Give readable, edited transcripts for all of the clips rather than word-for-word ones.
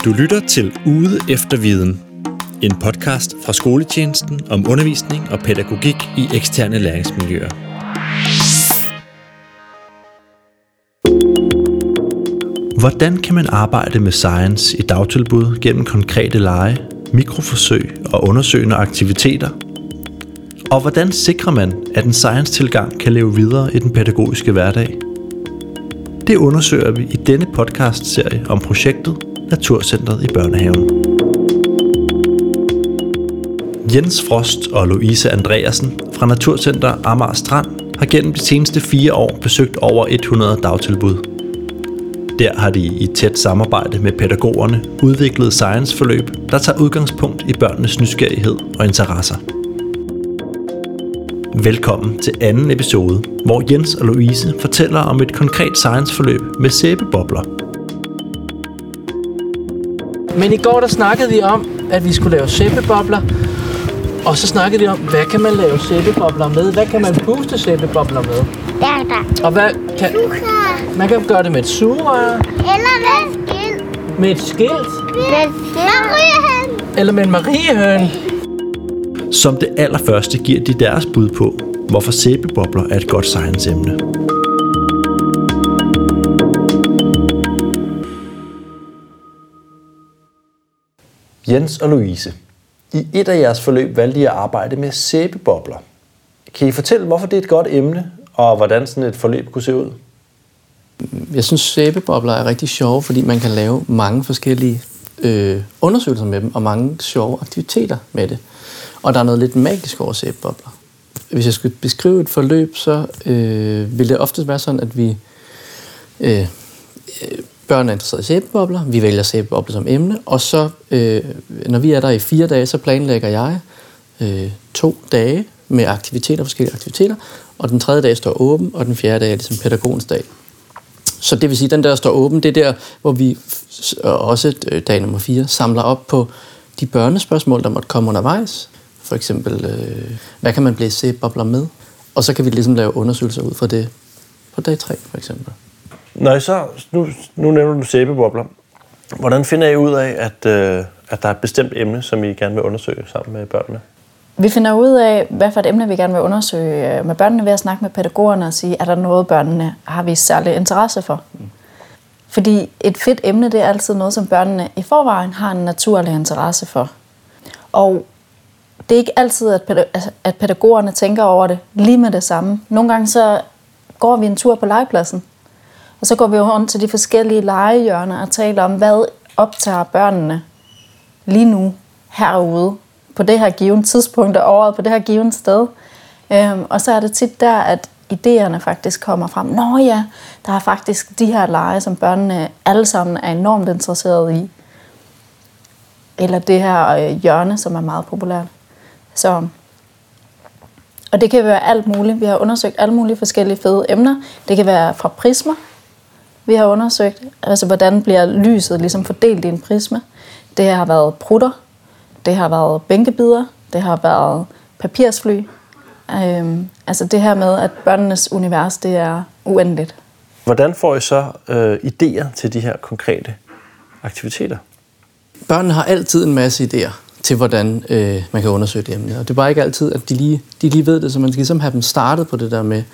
Du lytter til Ude efter viden, en podcast fra skoletjenesten om undervisning og pædagogik i eksterne læringsmiljøer. Hvordan kan man arbejde med science i dagtilbud gennem konkrete lege, mikroforsøg og undersøgende aktiviteter? Og hvordan sikrer man, at en science-tilgang kan leve videre i den pædagogiske hverdag? Det undersøger vi i denne podcast-serie om projektet Naturcentret i børnehaven. Jens Frost og Louise Andreasen fra Naturcenter Amager Strand har gennem de seneste 4 år besøgt over 100 dagtilbud. Der har de i tæt samarbejde med pædagogerne udviklet science-forløb, der tager udgangspunkt i børnenes nysgerrighed og interesser. Velkommen til anden episode, hvor Jens og Louise fortæller om et konkret science-forløb med sæbebobler. Men i går der snakkede vi om, at vi skulle lave sæbebobler, og så snakkede vi om, hvad kan man lave sæbebobler med? Hvad kan man puste sæbebobler med? Og hvad kan... Man kan gøre det med et sugerør. Eller med et skilt. Med et skilt. Med mariehøn. Eller med en mariehøn. Som det allerførste giver de deres bud på, hvorfor sæbebobler er et godt science-emne. Jens og Louise, i et af jeres forløb valgte I at arbejde med sæbebobler. Kan I fortælle, hvorfor det er et godt emne, og hvordan sådan et forløb kunne se ud? Jeg synes, sæbebobler er rigtig sjove, fordi man kan lave mange forskellige undersøgelser med dem, og mange sjove aktiviteter med det. Og der er noget lidt magisk over sæbebobler. Hvis jeg skulle beskrive et forløb, så vil det ofte være sådan, at vi børn er interesseret i sæbebobler, vi vælger sæbebobler som emne, og så når vi er der i 4 dage, så planlægger jeg 2 dage med aktiviteter, forskellige aktiviteter, og den 3. dag står åben, og den 4. dag er ligesom pædagogens dag. Så det vil sige, at den der står åben, det er der, hvor vi også dag nummer 4 samler op på de børnespørgsmål, der måtte komme undervejs. For eksempel, hvad kan man blæse sæbebobler med? Og så kan vi ligesom lave undersøgelser ud fra det på dag 3, for eksempel. Nu nævner du sæbebobler. Hvordan finder I ud af, at der er et bestemt emne, som I gerne vil undersøge sammen med børnene? Vi finder ud af, hvad for et emne vi gerne vil undersøge med børnene ved at snakke med pædagogerne og sige, er der noget, børnene har vist særlig interesse for? Fordi et fedt emne, det er altid noget, som børnene i forvejen har en naturlig interesse for. Og det er ikke altid, at pædagogerne tænker over det lige med det samme. Nogle gange så går vi en tur på legepladsen, og så går vi rundt til de forskellige legehjørner og taler om, hvad optager børnene lige nu herude på det her givne tidspunkt af året, på det her givne sted. Og så er det tit der, at idéerne faktisk kommer frem. Nå ja, der er faktisk de her lege, som børnene alle sammen er enormt interesserede i. Eller det her hjørne, som er meget populært. Og det kan være alt muligt. Vi har undersøgt alle mulige forskellige fede emner. Det kan være fra prismer. Vi har undersøgt, altså hvordan bliver lyset ligesom fordelt i en prisme. Det har været prutter. Det har været bænkebider. Det har været papirsfly. Altså det her med, at børnenes univers, det er uendeligt. Hvordan får I så idéer til de her konkrete aktiviteter? Børnene har altid en masse idéer til, hvordan man kan undersøge det emne. Og det er bare ikke altid, at de lige ved det, så man skal ligesom have dem startet på det der med,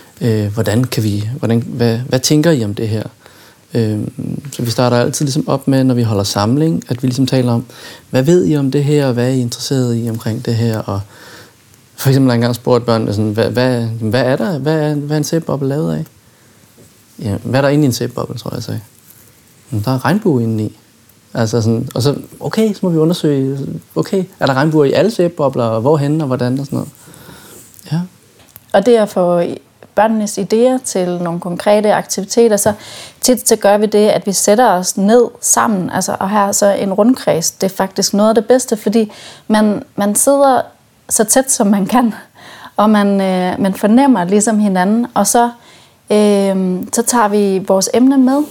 hvad tænker I om det her? Så vi starter altid ligesom op med, når vi holder samling, at vi ligesom taler om, hvad ved I om det her, og hvad er I interesseret i omkring det her? Og for eksempel har jeg engang spurgt børnene, sådan, hvad er der? Hvad er en sæbeboble lavet af? Ja, hvad er der inde i en sæbeboble, tror jeg sagde? Der er regnbue inde i. Altså sådan, og så, okay, så må vi undersøge, okay, er der regnbuer i alle sæbebobler, og hvorhen og hvordan og sådan noget? Ja. Og det er for børnenes idéer til nogle konkrete aktiviteter, så tit så gør vi det, at vi sætter os ned sammen, altså, og her så en rundkreds. Det er faktisk noget af det bedste, fordi man sidder så tæt, som man kan, og man fornemmer ligesom hinanden, og så tager vi vores emne med,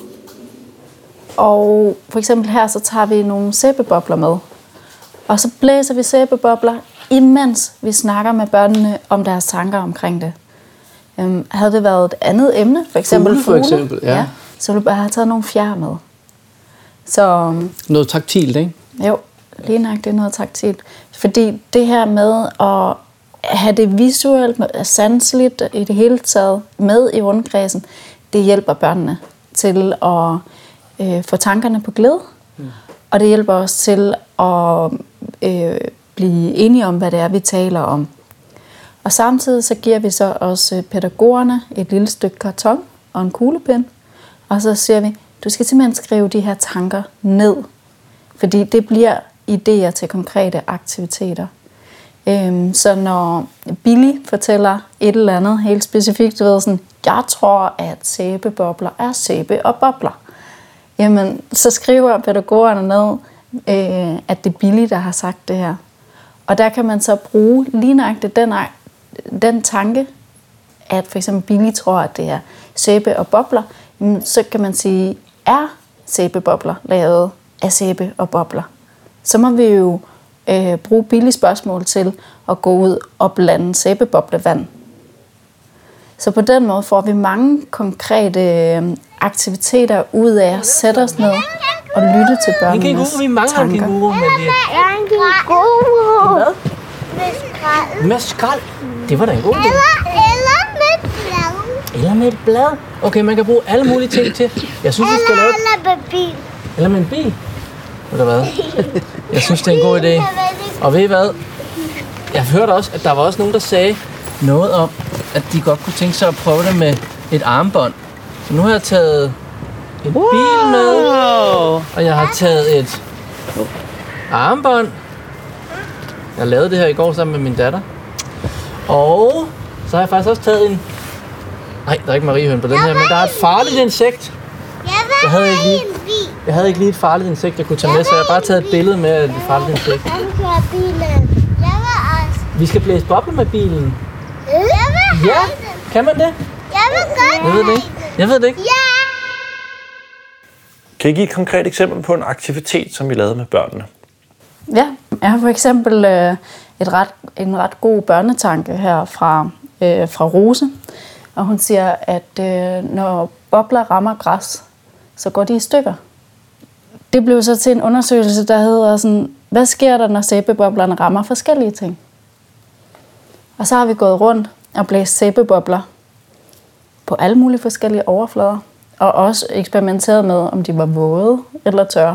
og for eksempel her, så tager vi nogle sæbebobler med, og så blæser vi sæbebobler, imens vi snakker med børnene om deres tanker omkring det. Havde det været et andet emne, for eksempel fugle, ja. Så ville du bare have taget nogle fjer med. Så, noget taktilt, ikke? Jo, lige nok det er noget taktilt. Fordi det her med at have det visuelt, sanseligt i det hele taget med i rundkredsen, det hjælper børnene til at få tankerne på glæde. Og det hjælper os til at blive enige om, hvad det er, vi taler om. Og samtidig så giver vi så også pædagogerne et lille stykke karton og en kuglepen. Og så siger vi, du skal simpelthen skrive de her tanker ned. Fordi det bliver idéer til konkrete aktiviteter. Så når Billy fortæller et eller andet helt specifikt, du ved sådan, jeg tror, at sæbebobler er sæbe og bobler. Jamen, så skriver pædagogerne ned, at det er Billy, der har sagt det her. Og der kan man så bruge lige nøjagtigt den tanke, at for eksempel Billy tror, at det er sæbe og bobler. Så kan man sige, er sæbebobler lavet af sæbe og bobler? Så må vi jo bruge Billys spørgsmål til at gå ud og blande sæbeboblevand. Så på den måde får vi mange konkrete aktiviteter ud af at sætte os ned og lytte til børnenes tanker. Vi mangler en kænguru med det. Jeg er en kænguru. Hvad? Med skrald. Med skrald? Det var da en god idé. Eller med blad. Eller med et blad. Okay, man kan bruge alle mulige ting til. Jeg synes, vi skal lave... Eller med bil. Eller med en bil. Eller hvad? Jeg synes, det er en god idé. Og ved I hvad? Jeg hørte også, at der var også nogen, der sagde noget om, at de godt kunne tænke sig at prøve det med et armbånd. Så nu har jeg taget en bil med, og jeg har taget et armbånd. Jeg lavede det her i går sammen med min datter. Og så har jeg faktisk også taget en... Nej, der er ikke mariehøn på den her, men der er et farligt insekt. Jeg havde ikke lige et farligt insekt, jeg kunne tage med, så jeg har bare taget et billede med et farligt insekt. Jeg vil køre bilen. Jeg vil også. Vi skal blæse bobler med bilen. Jeg vil Ja, kan man det? Jeg vil godt. Jeg ved det ikke. Ja. Kan I give et konkret eksempel på en aktivitet, som I lavede med børnene? Ja, jeg har for eksempel en ret god børnetanke her fra Rose. Og hun siger, at når bobler rammer græs, så går de i stykker. Det blev så til en undersøgelse, der hedder sådan, hvad sker der, når sæbeboblerne rammer forskellige ting? Og så har vi gået rundt og blæst sæbebobler på alle mulige forskellige overflader. Og også eksperimenteret med, om de var våde eller tørre.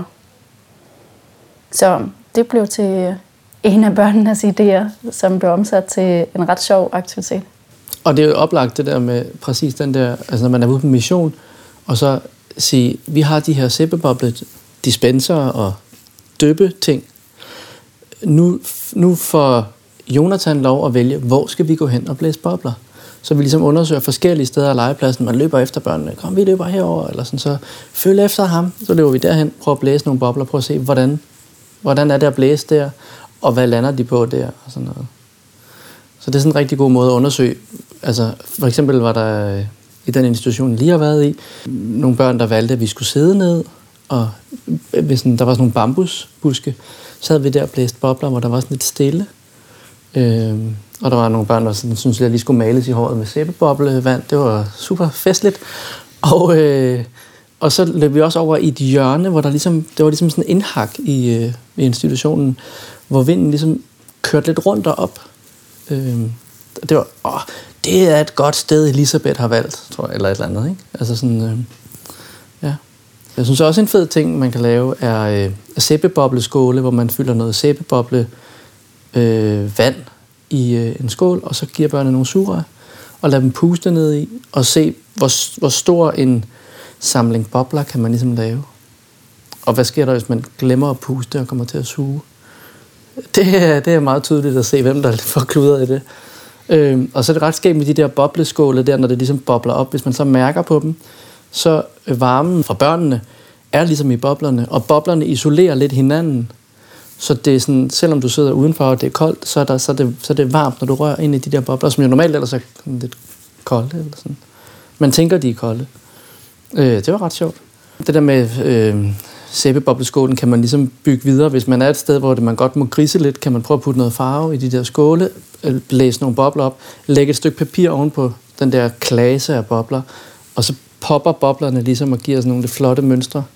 Så det blev til en af børnenes idéer, som blev omsat til en ret sjov aktivitet. Og det er jo oplagt det der med præcis den der, altså når man er ude på mission, og så sige, vi har de her sæbeboble dispenser og døbe ting. Nu får Jonathan lov at vælge, hvor skal vi gå hen og blæse bobler. Så vi ligesom undersøger forskellige steder af legepladsen. Man løber efter børnene. Kom, vi løber herover eller sådan. Så følg efter ham. Så løber vi derhen, prøver at blæse nogle bobler, prøver at se, hvordan er det at blæse der, og hvad lander de på der, og sådan noget. Så det er sådan en rigtig god måde at undersøge. Altså, for eksempel var der i den institution, jeg lige har været i, nogle børn, der valgte, at vi skulle sidde ned, og hvis der var sådan nogle bambusbuske, så havde vi der og blæst bobler, hvor der var sådan lidt stille. Og der var nogle børn, der syntes, at jeg lige skulle males i håret med sæbeboblevand. Det var super festligt. Og så løb vi også over i et hjørne, hvor det var ligesom sådan en indhak i institutionen, hvor vinden ligesom kørte lidt rundt og op. Det var, det er et godt sted, Elisabeth har valgt, tror jeg, eller et eller andet, ikke? Altså sådan, ja. Jeg synes også en fed ting, man kan lave, er sæbebobleskåle, hvor man fylder noget sæbeboble vand i en skål, og så giver børnene nogle sugerør, og lader dem puste ned i, og se, hvor stor en samling bobler kan man ligesom lave. Og hvad sker der, hvis man glemmer at puste og kommer til at suge? Det er meget tydeligt at se, hvem der får kludret i det. Og så er det ret skægt med de der bobleskåle der, når det ligesom bobler op. Hvis man så mærker på dem, så varmen fra børnene er ligesom i boblerne, og boblerne isolerer lidt hinanden. Så det er sådan, selvom du sidder udenfor, og det er koldt, så er det varmt, når du rører ind i de der bobler, som jo normalt ellers er lidt kolde. Eller sådan. Man tænker, de er kolde. Det var ret sjovt. Det der med sæbebobleskålen kan man ligesom bygge videre. Hvis man er et sted, hvor man godt må grise lidt, kan man prøve at putte noget farve i de der skåle, blæse nogle bobler op, lægge et stykke papir ovenpå den der klase af bobler, og så popper boblerne ligesom og giver sådan nogle flotte mønstre.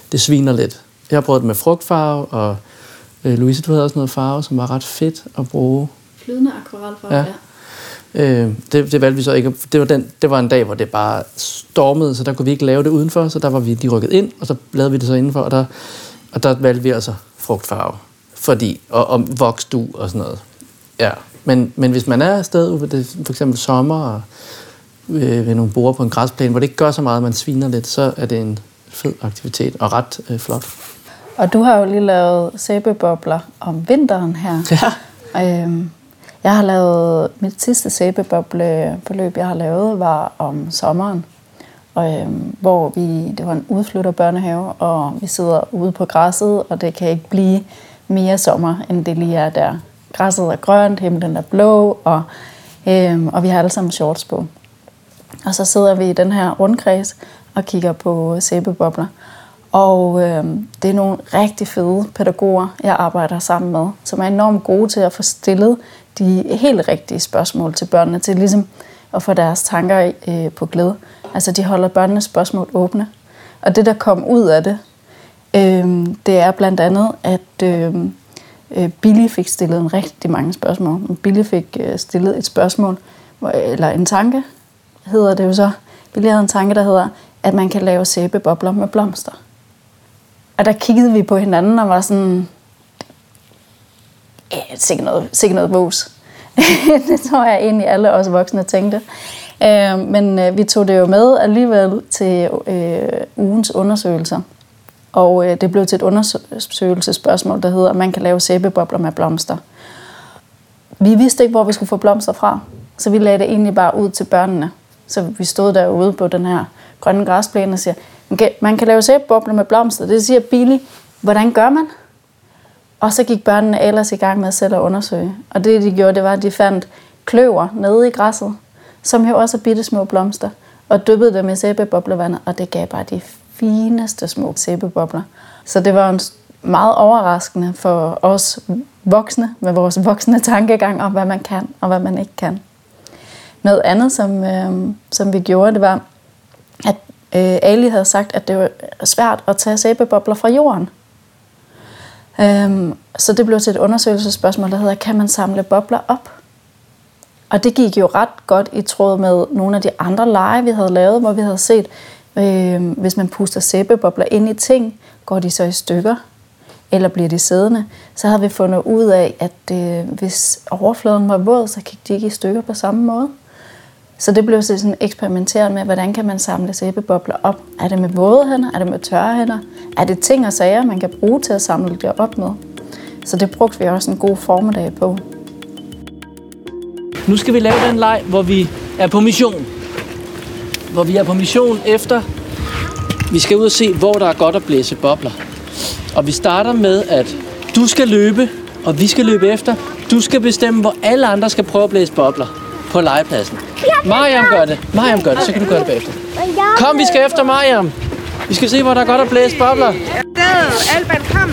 det sviner lidt. Jeg har prøvet det med frugtfarve, og Louise, du havde også noget farve, som var ret fedt at bruge. Flydende akvarelfarve, ja. Det valgte vi så ikke. Det var en dag, hvor det bare stormede, så der kunne vi ikke lave det udenfor, så der var vi lige rykket ind, og så lavede vi det så indenfor, og der valgte vi altså frugtfarve. Og voksdu og sådan noget. Ja. Men hvis man er afsted ude for eksempel sommer, og ved nogle borer på en græsplæne, hvor det ikke gør så meget, at man sviner lidt, så er det en fed aktivitet og ret flot. Og du har jo lige lavet sæbebobler om vinteren her. Ja. Jeg har lavet, mit sidste sæbebobleforløb, jeg har lavet, var om sommeren. Hvor det var en udflytterbørnehave, og vi sidder ude på græsset, og det kan ikke blive mere sommer, end det lige er der. Græsset er grønt, himlen er blå, og vi har alle sammen shorts på. Og så sidder vi i den her rundkreds og kigger på sæbebobler. Og det er nogle rigtig fede pædagoger, jeg arbejder sammen med, som er enormt gode til at få stillet de helt rigtige spørgsmål til børnene, til ligesom at få deres tanker på glæde. Altså, de holder børnenes spørgsmål åbne. Og det, der kom ud af det, det er blandt andet, at Billy fik stillet en rigtig mange spørgsmål. Billy fik stillet et spørgsmål, eller en tanke, hedder det jo så. Billy havde en tanke, der hedder, at man kan lave sæbebobler med blomster. Og der kiggede vi på hinanden og var sådan, sikkert noget vås. Det tror jeg egentlig alle os voksne tænkte. Men vi tog det jo med alligevel til ugens undersøgelser. Og det blev til et undersøgelsesspørgsmål, der hedder, at man kan lave sæbebobler med blomster. Vi vidste ikke, hvor vi skulle få blomster fra, så vi lagde det egentlig bare ud til børnene. Så vi stod derude på den her grønne græsplæne og siger, man kan lave sæbebobler med blomster. Det siger Billy. Hvordan gør man? Og så gik børnene ellers i gang med selv at undersøge. Og det, de gjorde, det var, at de fandt kløver nede i græsset, som jo også er bitte små blomster, og dyppede dem i sæbeboblevandet, og det gav bare de fineste små sæbebobler. Så det var en meget overraskende for os voksne, med vores voksne tankegang om, hvad man kan og hvad man ikke kan. Noget andet, som vi gjorde, det var, at Ali havde sagt, at det var svært at tage sæbebobler fra jorden. Så det blev til et undersøgelsesspørgsmål, der hedder, kan man samle bobler op? Og det gik jo ret godt i tråd med nogle af de andre lege, vi havde lavet, hvor vi havde set, hvis man puster sæbebobler ind i ting, går de så i stykker, eller bliver de siddende. Så havde vi fundet ud af, at hvis overfladen var våd, så gik de ikke i stykker på samme måde. Så det blev sådan eksperimenteret med, hvordan kan man samle sæbebobler op? Er det med våde hænder? Er det med tørre hænder? Er det ting og sager, man kan bruge til at samle det op med? Så det brugte vi også en god formiddag på. Nu skal vi lave den leg, hvor vi er på mission. Hvor vi er på mission efter, vi skal ud og se, hvor der er godt at blæse bobler. Og vi starter med, at du skal løbe, og vi skal løbe efter. Du skal bestemme, hvor alle andre skal prøve at blæse bobler på legepladsen. Mariam gør det, så kan du gøre det bagefter. Kom, vi skal efter Mariam. Vi skal se, hvor der er godt at blæse bobler. Alban, kom.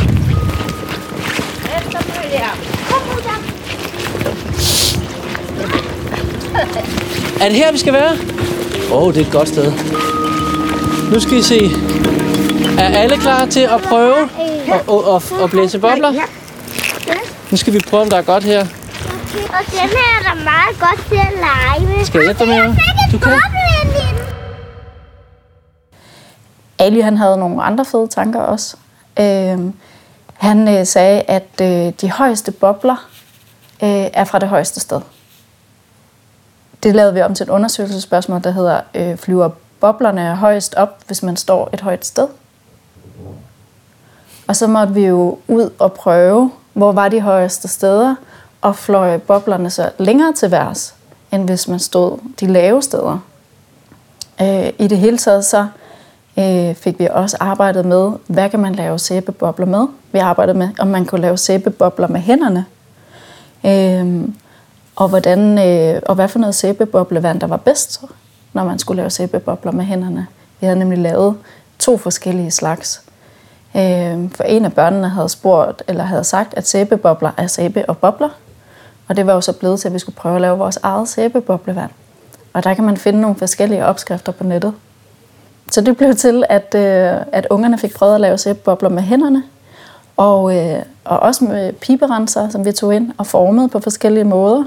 Er det her, vi skal være? Det er et godt sted. Nu skal vi se. Er alle klar til at prøve at blæse bobler? Nu skal vi prøve, om der er godt her. Og den her er der meget godt til at lege med. Skal jeg hjælpe dig med? Du kan. Ali, han havde nogle andre fede tanker også. Han sagde, at de højeste bobler er fra det højeste sted. Det lavede vi om til et undersøgelsesspørgsmål, der hedder, flyver boblerne højst op, hvis man står et højt sted? Og så måtte vi jo ud og prøve, hvor var de højeste steder, og fløj boblerne så længere til værs, end hvis man stod de lave steder. I det hele taget så fik vi også arbejdet med, hvad kan man lave sæbebobler med? Vi arbejdede med, om man kunne lave sæbebobler med hænderne. Og hvad for noget sæbeboblevand, der var bedst, når man skulle lave sæbebobler med hænderne. Vi havde nemlig lavet 2 forskellige slags. For en af børnene havde sagt, at sæbebobler er sæbe og bobler. Og det var jo så blevet til, at vi skulle prøve at lave vores eget sæbeboblevand. Og der kan man finde nogle forskellige opskrifter på nettet. Så det blev til, at ungerne fik prøvet at lave sæbebobler med hænderne, og også med piberenser, som vi tog ind og formede på forskellige måder.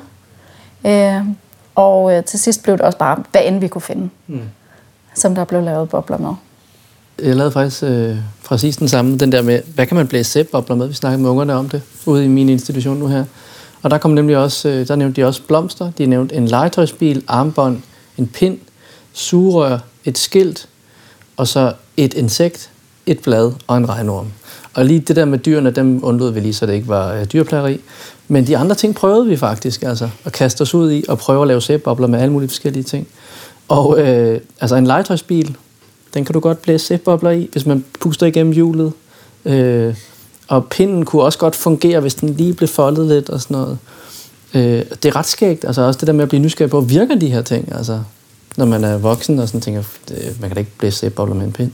Og til sidst blev det også bare, hvad end vi kunne finde, som der blev lavet bobler med. Jeg lavede faktisk præcis den samme, den der med, hvad kan man blæse sæbebobler med? Vi snakkede med ungerne om det ude i min institution nu her. Og der kom nemlig også, der nævnte de også blomster, de nævnte en legetøjsbil, armbånd, en pind, sugerør, et skilt, og så et insekt, et blad og en regnorm. Og lige det der med dyrene, dem undlod vi lige, så det ikke var dyrplageri. Men de andre ting prøvede vi faktisk, altså at kaste os ud i og prøve at lave sæbebobler med alle mulige forskellige ting. Og altså en legetøjsbil, den kan du godt blæse sæbebobler i, hvis man puster igennem hjulet. Og pinden kunne også godt fungere, hvis den lige blev foldet lidt og sådan noget. Det er ret skægt, altså også det der med at blive nysgerrig på, virker de her ting, altså når man er voksen og sådan tænker, man kan da ikke blæse sæbebobler med en pind.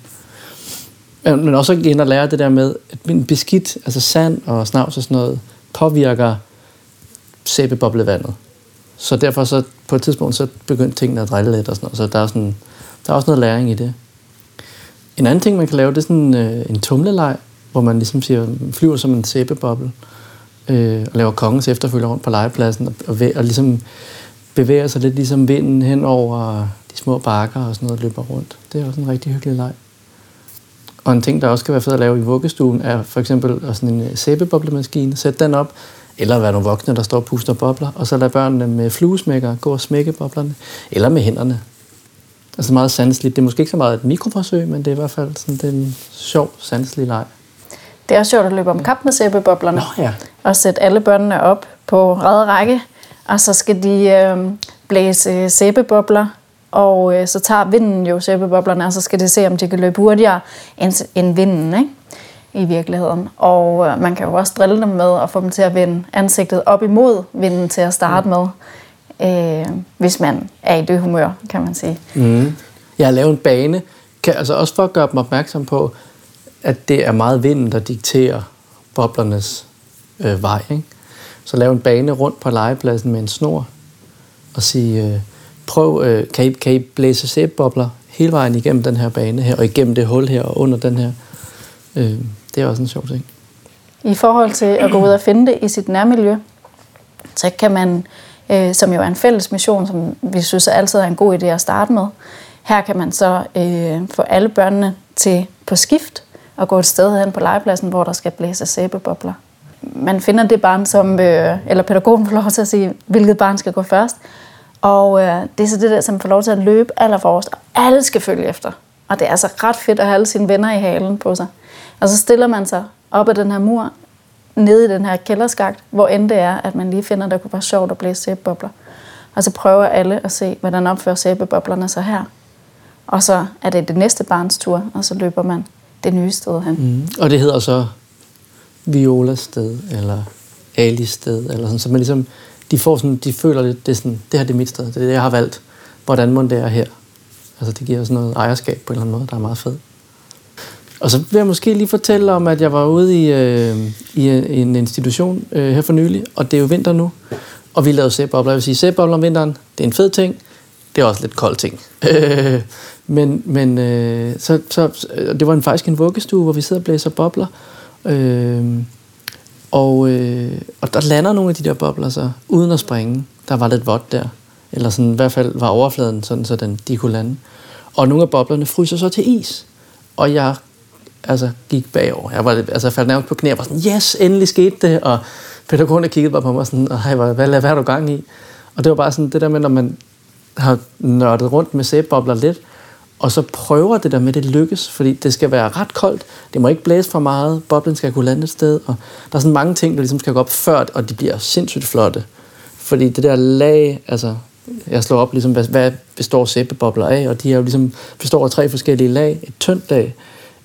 Men også igen at lære det der med, at beskidt, altså sand og snavs og sådan noget, påvirker sæbeboblevandet. Så derfor så på et tidspunkt, så begyndte tingene at drille lidt og sådan noget. Så der er også noget læring i det. En anden ting, man kan lave, det er sådan en tumleleg, hvor man ligesom flyver som en sæbeboble, og laver kongens efterfølger rundt på legepladsen, og ligesom bevæger sig lidt ligesom vinden hen over de små bakker og sådan noget, løber rundt. Det er også en rigtig hyggelig leg. Og en ting, der også kan være fed at lave i vuggestuen, er for eksempel sådan en sæbeboblemaskine. Sæt den op, eller være nogle voksne, der står og puster bobler, og så lad børnene med fluesmækker gå og smække boblerne, eller med hænderne. Altså meget sanseligt. Det er måske ikke så meget et mikroforsøg, men det er i hvert fald sådan, det er en sjov, sanselig leg. Det er også sjovt at løbe om kap med sæbeboblerne. Nå, ja. Og sætte alle børnene op på rad række, og så skal de blæse sæbebobler, og så tager vinden jo sæbeboblerne, og så skal de se, om de kan løbe hurtigere end vinden, ikke? I virkeligheden. Og man kan jo også drille dem med og få dem til at vende ansigtet op imod vinden til at starte med, hvis man er i det humør, kan man sige. Jeg har lavet en bane, altså også for at gøre dem opmærksom på, at det er meget vinden, der dikterer boblernes vej. Ikke? Så lave en bane rundt på legepladsen med en snor og sige, prøv, kan I blæse sæbebobler hele vejen igennem den her bane her, og igennem det hul her og under den her. Det er også en sjov ting. I forhold til at gå ud og finde det i sit nærmiljø, så kan man, som jo er en fælles mission, som vi synes altid er en god idé at starte med, her kan man så få alle børnene til på skift og gå et sted hen på legepladsen, hvor der skal blæse sæbebobler. Man finder det barn, som, eller pædagogen får lov til at sige, hvilket barn skal gå først. Og det er så det der, som får lov til at løbe allerforrest, og alle skal følge efter. Og det er altså ret fedt at have alle sine venner i halen på sig. Og så stiller man sig op ad den her mur, nede i den her kælderskagt, hvor end det er, at man lige finder, at det kunne være sjovt at blæse sæbebobler. Og så prøver alle at se, hvordan opfører sæbeboblerne sig her. Og så er det næste barns tur, og så løber man det nye sted hen. Og det hedder så Violas sted, eller Alis sted, eller sådan, så man ligesom, de føler lidt, det er sådan, det her det er mit sted, det er det, jeg har valgt. Hvordan må det er her? Altså det giver sådan noget ejerskab på en eller anden måde, der er meget fedt. Og så vil jeg måske lige fortælle om, at jeg var ude i en institution her for nylig, og det er jo vinter nu, og vi lavede sæbebobler. Jeg vil sige, sæbebobler om vinteren, det er en fed ting, det er også lidt kold ting. Men det var faktisk en vuggestue, hvor vi sidder og blæser bobler, og der lander nogle af de der bobler så, uden at springe. Der var lidt vådt der, eller sådan, i hvert fald var overfladen sådan, så de kunne lande. Og nogle af boblerne fryser så til is, og jeg gik bagover. Jeg faldt nærmest på knæ og var sådan, yes, endelig skete det, og pædagogen kiggede bare på mig sådan, hvad har du gang i? Og det var bare sådan det der med, når man har nørdet rundt med sæbebobler lidt, og så prøver det der med, det lykkes, fordi det skal være ret koldt, det må ikke blæse for meget, boblen skal kunne lande et sted, og der er sådan mange ting, der ligesom skal gå op før, og de bliver sindssygt flotte. Fordi det der lag, altså, jeg slår op, ligesom, hvad består sæbebobler af, og de er jo ligesom, består af 3 forskellige lag, et tyndt lag,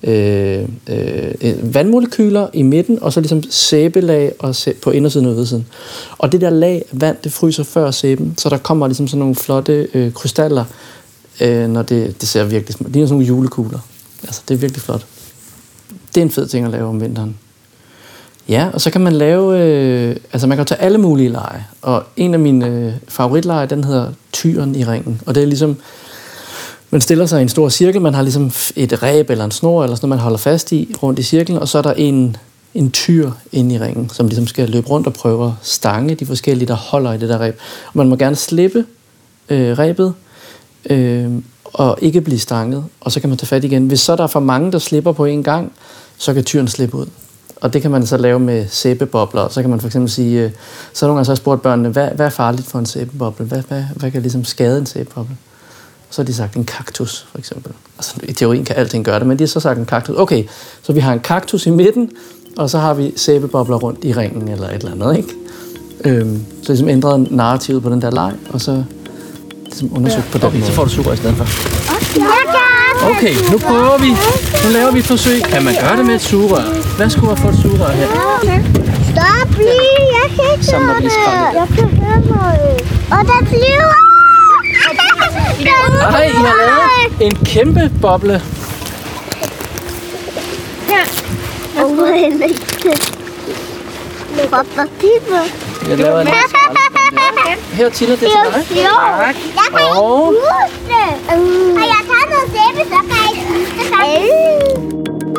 vandmolekyler i midten, og så ligesom sæbelag og på indersiden og ydersiden. Og det der lag af vand, det fryser før sæben, så der kommer ligesom sådan nogle flotte krystaller, når det ser virkelig smukt. Det er sådan nogle julekugler. Altså, det er virkelig flot. Det er en fed ting at lave om vinteren. Ja, og så kan man lave, man kan tage alle mulige lege. Og en af mine favoritlege, den hedder Tyren i ringen. Og det er ligesom, Man stiller sig i en stor cirkel, man har ligesom et reb eller en snor, eller sådan noget, man holder fast i rundt i cirklen, og så er der en tyr inde i ringen, som ligesom skal løbe rundt og prøve at stange de forskellige, der holder i det der reb. Og man må gerne slippe rebet, og ikke blive stanget, og så kan man tage fat igen. Hvis så der er for mange, der slipper på en gang, så kan tyren slippe ud. Og det kan man så lave med sæbebobler. Så kan man for eksempel sige, så nogle gange så har spurgt børnene, hvad er farligt for en sæbeboble? Hvad kan ligesom skade en sæbeboble? Så har de sagt en kaktus, for eksempel. Altså i teorien kan alting gøre det, men de har så sagt en kaktus. Okay, så vi har en kaktus i midten, og så har vi sæbebobler rundt i ringen, eller et eller andet, ikke? Så ligesom ændret narrativet på den der leg, og så ligesom undersøgt på den måde. Så får du sugerør i stedet for. Okay, nu prøver vi. Nu laver vi et forsøg. Kan man gøre det med et sugerør? Værsgo at få et sugerør her. Stop lige, jeg kan ikke Samler høre vi skrald. det. Jeg kan høre noget. Og der flyver. Nej, I har lavet en kæmpe boble. Og hvor er det ikke? Bobler piber. Jeg laver en lille skrald. Her, Tina, det er til dig. Jeg kan ikke huske det. Har jeg taget noget sæbe, så kan jeg ikke huske det sammen.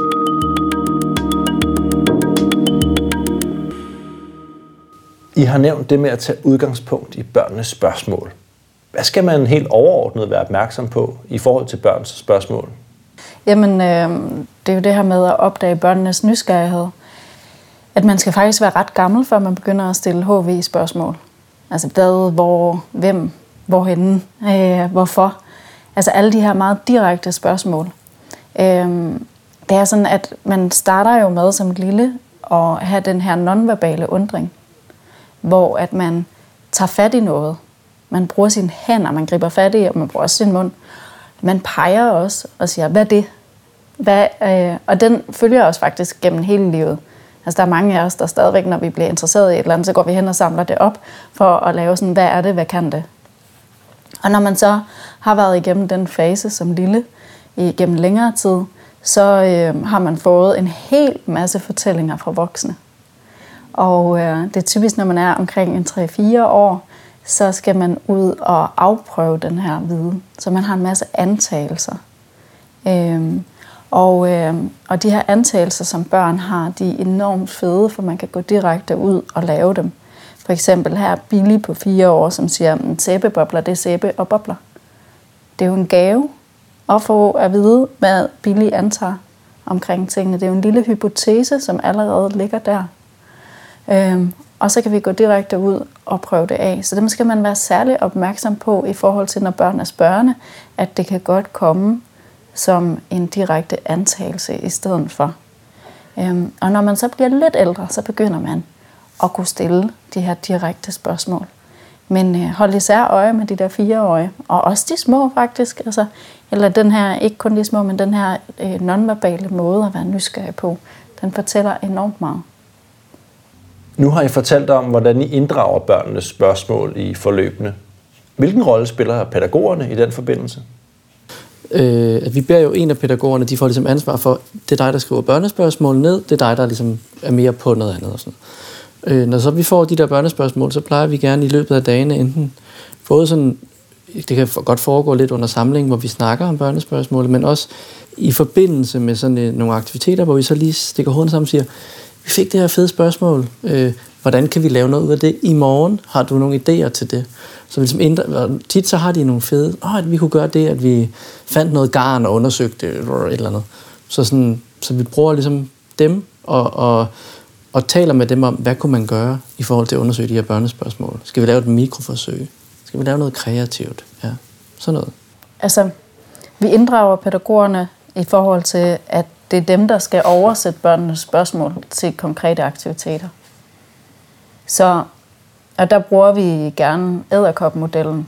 I har nævnt det med at tage udgangspunkt i børnenes spørgsmål. Hvad skal man helt overordnet være opmærksom på i forhold til børns spørgsmål? Jamen, det er jo det her med at opdage børnenes nysgerrighed. At man skal faktisk være ret gammel, før man begynder at stille HV-spørgsmål. Altså hvad, hvor, hvem, hvorhenne, hvorfor. Altså alle de her meget direkte spørgsmål. Det er sådan, at man starter jo med som lille at have den her nonverbale undring, hvor at man tager fat i noget. Man bruger sine hænder, man griber fat i, og man bruger også sin mund. Man peger også og siger, hvad er det? Og den følger os faktisk gennem hele livet. Altså der er mange af os, der stadigvæk, når vi bliver interesseret i et eller andet, så går vi hen og samler det op for at lave sådan, hvad er det, hvad kan det? Og når man så har været igennem den fase som lille, igennem længere tid, så har man fået en hel masse fortællinger fra voksne. Og det er typisk, når man er omkring 3-4 år, så skal man ud og afprøve den her viden. Så man har en masse antagelser. Og de her antagelser, som børn har, de er enormt fede, for man kan gå direkte ud og lave dem. For eksempel her Billy på 4 år, som siger, at sæbebobler, det er sæbe og bobler. Det er jo en gave at få at vide, hvad Billy antager omkring tingene. Det er jo en lille hypotese, som allerede ligger der. Og så kan vi gå direkte ud og prøve det af. Så det skal man være særlig opmærksom på i forhold til, når børn er spørgende, at det kan godt komme som en direkte antagelse i stedet for. Og når man så bliver lidt ældre, så begynder man at kunne stille de her direkte spørgsmål. Men hold især øje med de der 4-årige, og også de små faktisk. Altså, eller den her, ikke kun de små, men den her nonverbale måde at være nysgerrig på, den fortæller enormt meget. Nu har I fortalt om, hvordan I inddrager børnenes spørgsmål i forløbene. Hvilken rolle spiller pædagogerne i den forbindelse? Vi beder jo en af pædagogerne, de får ligesom ansvar for, det er dig, der skriver børnespørgsmål ned, det er dig, der ligesom er mere på noget andet. Og sådan. Når så vi får de der børnespørgsmål, så plejer vi gerne i løbet af dagene enten både sådan, det kan godt foregå lidt under samling, hvor vi snakker om børnespørgsmål, men også i forbindelse med sådan nogle aktiviteter, hvor vi så lige stikker hovedet sammen og siger, vi fik det her fede spørgsmål, hvordan kan vi lave noget ud af det i morgen? Har du nogle idéer til det? Så ligesom tit så har de nogle fede, at vi kunne gøre det, at vi fandt noget garn og undersøgte et eller andet. Så vi bruger ligesom dem og taler med dem om, hvad kunne man gøre i forhold til at undersøge de her børnespørgsmål. Skal vi lave et mikroforsøg? Skal vi lave noget kreativt? Ja, sådan noget. Altså, vi inddrager pædagogerne i forhold til, at det er dem, der skal oversætte børnenes spørgsmål til konkrete aktiviteter. Og der bruger vi gerne edderkopmodellen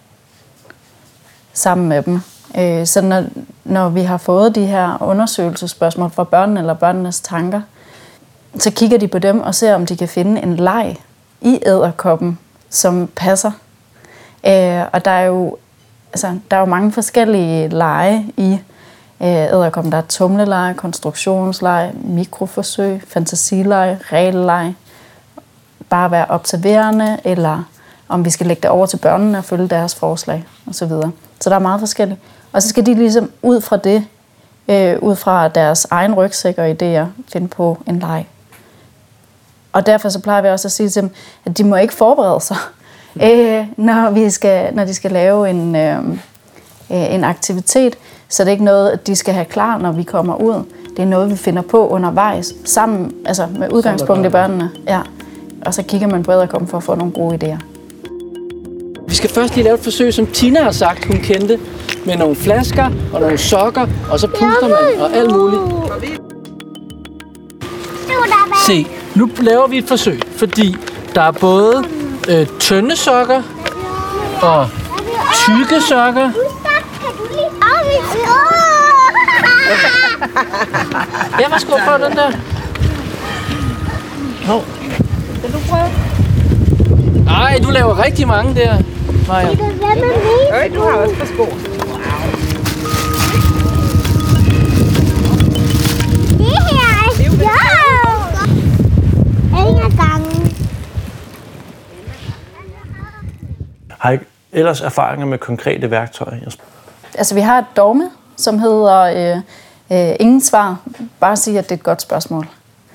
sammen med dem. Så når vi har fået de her undersøgelsesspørgsmål fra børnene eller børnenes tanker, så kigger de på dem og ser, om de kan finde en leg i edderkoppen, som passer. Og der er jo mange forskellige lege i edderkoppen. Der er tumleleje, konstruktionsleje, mikroforsøg, fantasileje, regelleje. Bare være observerende, eller om vi skal lægge det over til børnene og følge deres forslag osv. Så der er meget forskelligt. Og så skal de ligesom ud fra det, ud fra deres egen rygsæk og idéer, finde på en leg. Og derfor så plejer vi også at sige til dem, at de må ikke forberede sig, når de skal lave en aktivitet. Så det er ikke noget, at de skal have klar, når vi kommer ud. Det er noget, vi finder på undervejs, sammen, altså med udgangspunkt i børnene. Ja. Og så kigger man på Edderkoppen for at få nogle gode idéer. Vi skal først lige lave et forsøg, som Tina har sagt, hun kendte, med nogle flasker og nogle sokker, og så puster man og alt muligt. Se, nu laver vi et forsøg, fordi der er både tynde sokker og tykke sokker. Ja, hvad skal du prøve den der? Hov. Vil du prøve? Nej, du laver rigtig mange der, Maja. Du har også på sko. Det her er sjovt. Ingen gange. Har I ellers erfaringer med konkrete værktøjer? Altså, vi har et dogme, som hedder ingen svar. Bare sige, at det er et godt spørgsmål.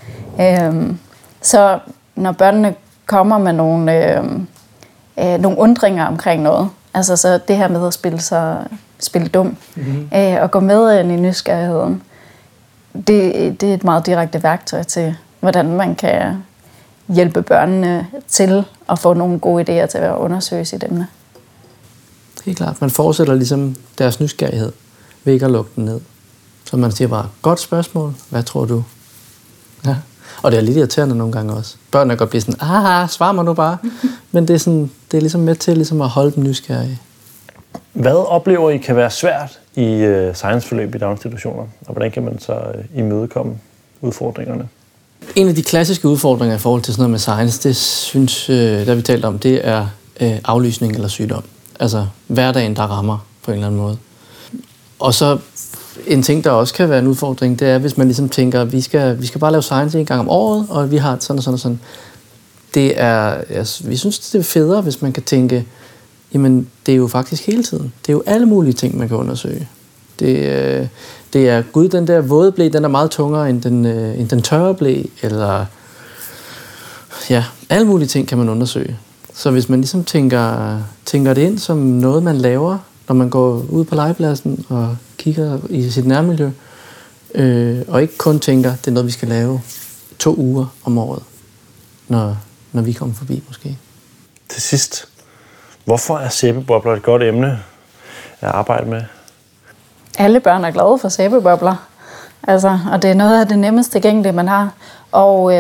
Så når børnene kommer med nogle undringer omkring noget, altså så det her med at spille dum, og gå med ind i nysgerrigheden, det er et meget direkte værktøj til, hvordan man kan hjælpe børnene til at få nogle gode idéer til at undersøge sit emne. Helt klart. Man fortsætter ligesom deres nysgerrighed ved ikke at lukke den ned. Så man siger bare, godt spørgsmål, hvad tror du? Ja. Og det er lidt irriterende nogle gange også. Børnene kan godt blive sådan, svar mig nu bare. Men det er ligesom med til ligesom at holde dem nysgerrige. Hvad oplever I kan være svært i science-forløb i daginstitutioner? Og hvordan kan man så imødekomme udfordringerne? En af de klassiske udfordringer i forhold til sådan noget med science, det synes, der vi talt om, det er aflysning eller sygdom. Altså hverdagen, der rammer på en eller anden måde. Og så en ting, der også kan være en udfordring, det er, hvis man ligesom tænker, vi skal bare lave science en gang om året, og vi har sådan og sådan og sådan. Vi synes, det er federe, hvis man kan tænke, jamen, det er jo faktisk hele tiden. Det er jo alle mulige ting, man kan undersøge. Det er, gud, den der våde ble, den er meget tungere end den tørre ble, eller ja, alle mulige ting kan man undersøge. Så hvis man ligesom tænker det ind som noget, man laver, når man går ud på legepladsen og kigger i sit nærmiljø, og ikke kun tænker, det er noget, vi skal lave 2 uger om året, når vi kommer forbi måske. Til sidst, hvorfor er sæbebobler et godt emne at arbejde med? Alle børn er glade for sæbebobler, altså, og det er noget af det nemmest tilgængelige, man har. Og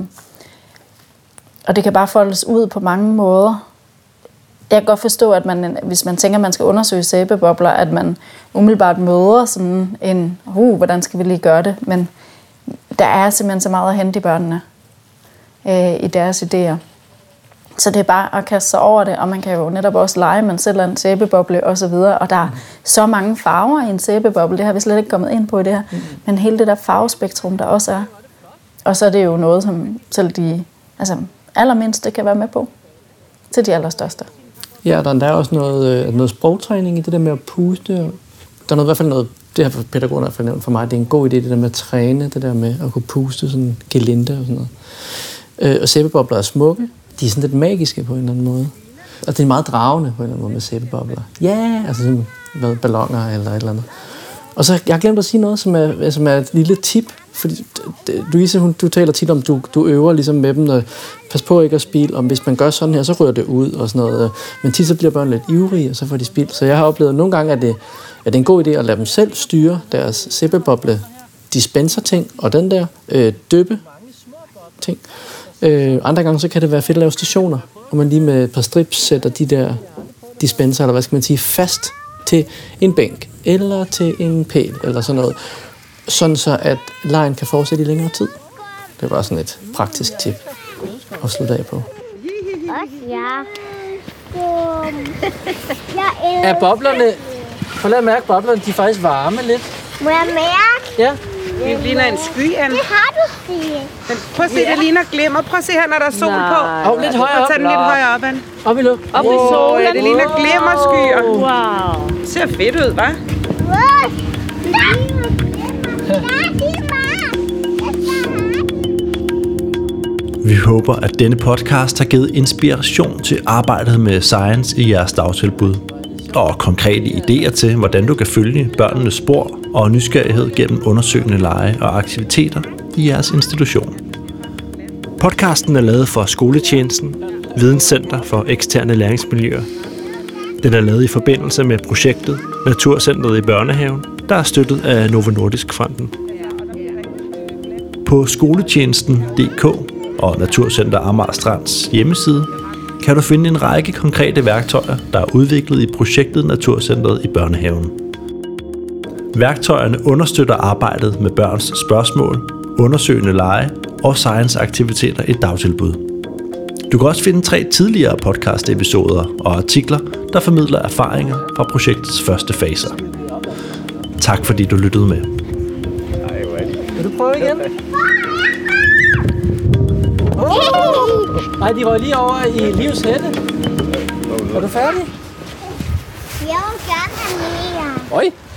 det kan bare foldes ud på mange måder. Jeg kan godt forstå, at hvis man tænker, at man skal undersøge sæbebobler, at man umiddelbart møder sådan en, hvordan skal vi lige gøre det? Men der er simpelthen så meget at hente i børnene, i deres idéer. Så det er bare at kaste sig over det, og man kan jo netop også lege, man selv er en sæbeboble og så videre. Og der er så mange farver i en sæbeboble, det har vi slet ikke kommet ind på i det her. Men hele det der farvespektrum, der også er. Og så er det jo noget, som selv de allermindste kan være med på, til de allerstørste. Ja, der er også noget sprogtræning i det der med at puste. Der er i hvert fald noget, det her pædagogerne har fornævnt for mig, det er en god idé, det der med at træne, det der med at kunne puste sådan gelinde og sådan noget. Og sæbebobler er smukke. De er sådan lidt magiske på en eller anden måde. Og det er meget dragende på en eller anden måde med sæbebobler. Ja, altså sådan balloner eller et eller andet. Og så, jeg har glemt at sige noget, som er et lille tip. Fordi Louise, du taler tit om, du øver ligesom med dem, og pas på ikke at spille, og hvis man gør sådan her, så rører det ud og sådan noget. Men tit så bliver børn lidt ivrige, og så får de spil. Så jeg har oplevet nogle gange, at det er en god idé at lade dem selv styre deres sæbeboble dispenser-ting, og den der døbe-ting. Andre gange, så kan det være fedt at lave stationer, hvor man lige med et par strips sætter de der dispenser, eller hvad skal man sige, fast til en bænk, eller til en pæl, eller sådan noget. Sådan så, at legen kan fortsætte i længere tid. Det er bare sådan et praktisk tip at slutte af på. Er boblerne, prøv at mærke boblerne, de er faktisk varme lidt. Må jeg mærke? Ja. Det ligner en sky, Anne. Det har du, Stine. Prøv at se, det ligner glimmer. Prøv at se her, når der er sol på. Lidt højere op. Tag den lidt højere op, Anne. Op i luft. Op i solen. Ja, det ligner glimmerskyer. Wow. Det ser fedt ud, hva'? Vi håber, at denne podcast har givet inspiration til arbejdet med science i jeres dagtilbud, og konkrete idéer til, hvordan du kan følge børnenes spor og nysgerrighed gennem undersøgende lege og aktiviteter i jeres institution. Podcasten er lavet for Skoletjenesten, Videnscenter for eksterne læringsmiljøer. Den er lavet i forbindelse med projektet Naturcentret i børnehaven, der er støttet af Novo Nordisk Fonden. På skoletjenesten.dk og Naturcenter Amager Strands hjemmeside kan du finde en række konkrete værktøjer, der er udviklet i projektet Naturcentret i børnehaven. Værktøjerne understøtter arbejdet med børns spørgsmål, undersøgende lege og science-aktiviteter i dagtilbud. Du kan også finde 3 tidligere podcast-episoder og artikler, der formidler erfaringer fra projektets første faser. Tak fordi du lyttede med. Vil du prøve igen? Nej, de røg lige over i Livs hætte. Er du færdig? Jeg vil gerne have mere. Oj!